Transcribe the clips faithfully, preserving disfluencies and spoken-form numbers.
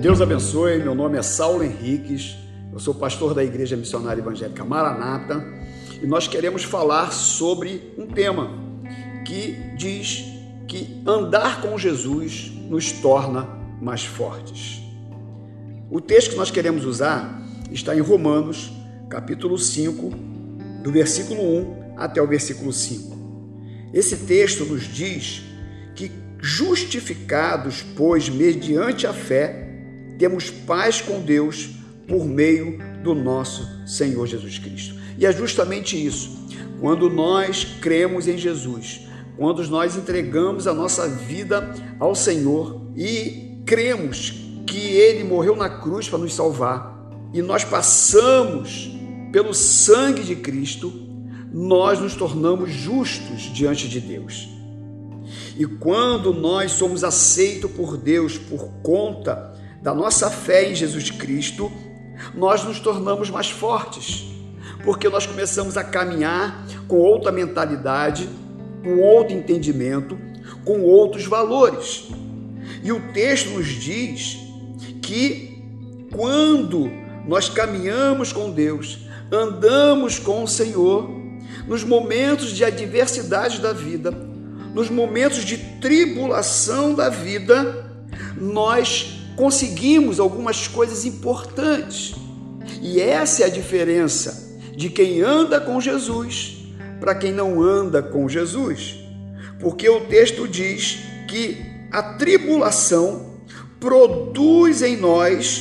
Deus abençoe, meu nome é Saulo Henriques, eu sou pastor da Igreja Missionária Evangélica Maranata e nós queremos falar sobre um tema que diz que andar com Jesus nos torna mais fortes. O texto que nós queremos usar está em Romanos, capítulo cinco, do versículo um até o versículo cinco. Esse texto nos diz que justificados, pois, mediante a fé, temos paz com Deus por meio do nosso Senhor Jesus Cristo. E é justamente isso. Quando nós cremos em Jesus, quando nós entregamos a nossa vida ao Senhor e cremos que Ele morreu na cruz para nos salvar e nós passamos pelo sangue de Cristo, nós nos tornamos justos diante de Deus. E quando nós somos aceitos por Deus por conta da nossa fé em Jesus Cristo, nós nos tornamos mais fortes, porque nós começamos a caminhar com outra mentalidade, com outro entendimento, com outros valores. E o texto nos diz que quando nós caminhamos com Deus, andamos com o Senhor, nos momentos de adversidade da vida, nos momentos de tribulação da vida, nós conseguimos algumas coisas importantes. E essa é a diferença de quem anda com Jesus para quem não anda com Jesus. Porque o texto diz que a tribulação produz em nós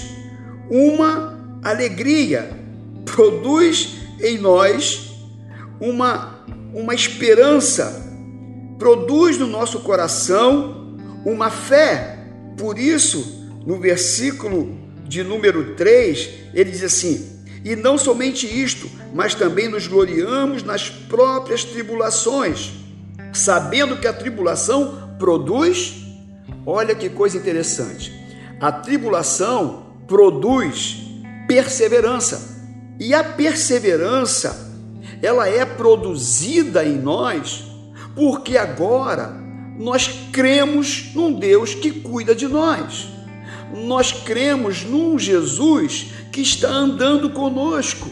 uma alegria, produz em nós uma, uma esperança, produz no nosso coração uma fé. Por isso, no versículo de número três, ele diz assim: e não somente isto, mas também nos gloriamos nas próprias tribulações, sabendo que a tribulação produz, olha que coisa interessante, a tribulação produz perseverança, e a perseverança, ela é produzida em nós, porque agora nós cremos num Deus que cuida de nós. Nós cremos num Jesus que está andando conosco.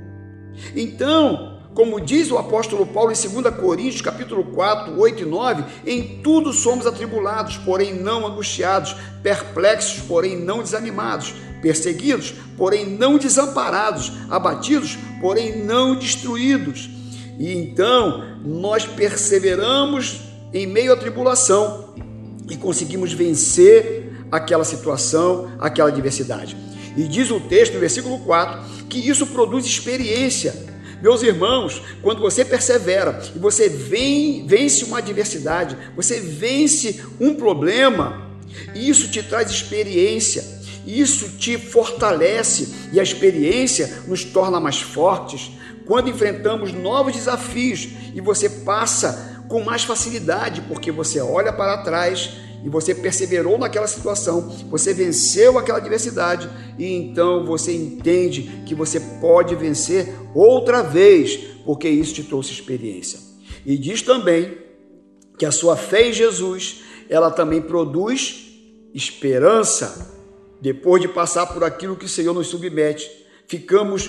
Então, como diz o apóstolo Paulo em dois Coríntios, capítulo quatro, oito e nove, em tudo somos atribulados, porém não angustiados, perplexos, porém não desanimados, perseguidos, porém não desamparados, abatidos, porém não destruídos. E então, nós perseveramos em meio à tribulação e conseguimos vencer aquela situação, aquela adversidade. E diz o texto, no versículo quatro, que isso produz experiência. Meus irmãos, quando você persevera e você vem, vence uma adversidade, você vence um problema, isso te traz experiência, isso te fortalece, e a experiência nos torna mais fortes. Quando enfrentamos novos desafios e você passa com mais facilidade, porque você olha para trás e você perseverou naquela situação, você venceu aquela adversidade e então você entende que você pode vencer outra vez, porque isso te trouxe experiência. E diz também que a sua fé em Jesus, ela também produz esperança. Depois de passar por aquilo que o Senhor nos submete, ficamos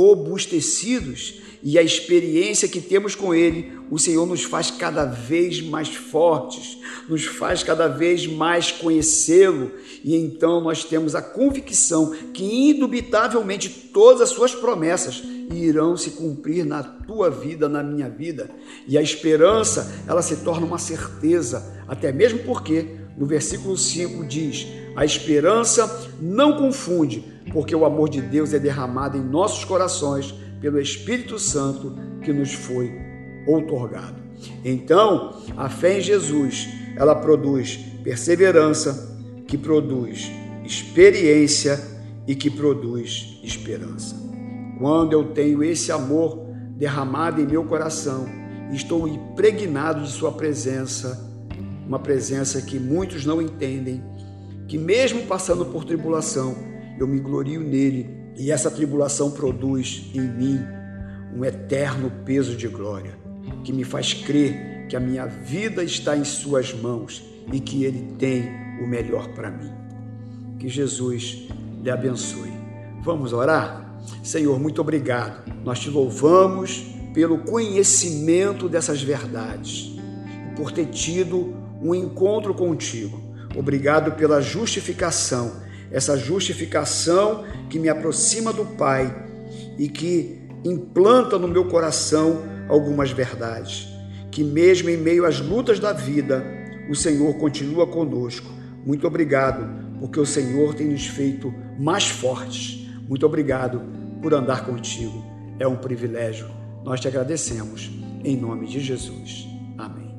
robustecidos e a experiência que temos com Ele, o Senhor nos faz cada vez mais fortes, nos faz cada vez mais conhecê-lo, e então nós temos a convicção que indubitavelmente todas as suas promessas irão se cumprir na tua vida, na minha vida, e a esperança, ela se torna uma certeza, até mesmo porque no versículo cinco diz: a esperança não confunde, porque o amor de Deus é derramado em nossos corações pelo Espírito Santo que nos foi outorgado. Então, a fé em Jesus, ela produz perseverança, que produz experiência e que produz esperança. Quando eu tenho esse amor derramado em meu coração, estou impregnado de sua presença, uma presença que muitos não entendem, que mesmo passando por tribulação, eu me glorio nele, e essa tribulação produz em mim um eterno peso de glória, que me faz crer que a minha vida está em suas mãos e que Ele tem o melhor para mim. Que Jesus lhe abençoe. Vamos orar? Senhor, muito obrigado. Nós te louvamos pelo conhecimento dessas verdades e por ter tido um encontro contigo. Obrigado pela justificação, essa justificação que me aproxima do Pai e que implanta no meu coração algumas verdades. Que mesmo em meio às lutas da vida, o Senhor continua conosco. Muito obrigado, porque o Senhor tem nos feito mais fortes. Muito obrigado por andar contigo. É um privilégio. Nós te agradecemos. Em nome de Jesus. Amém.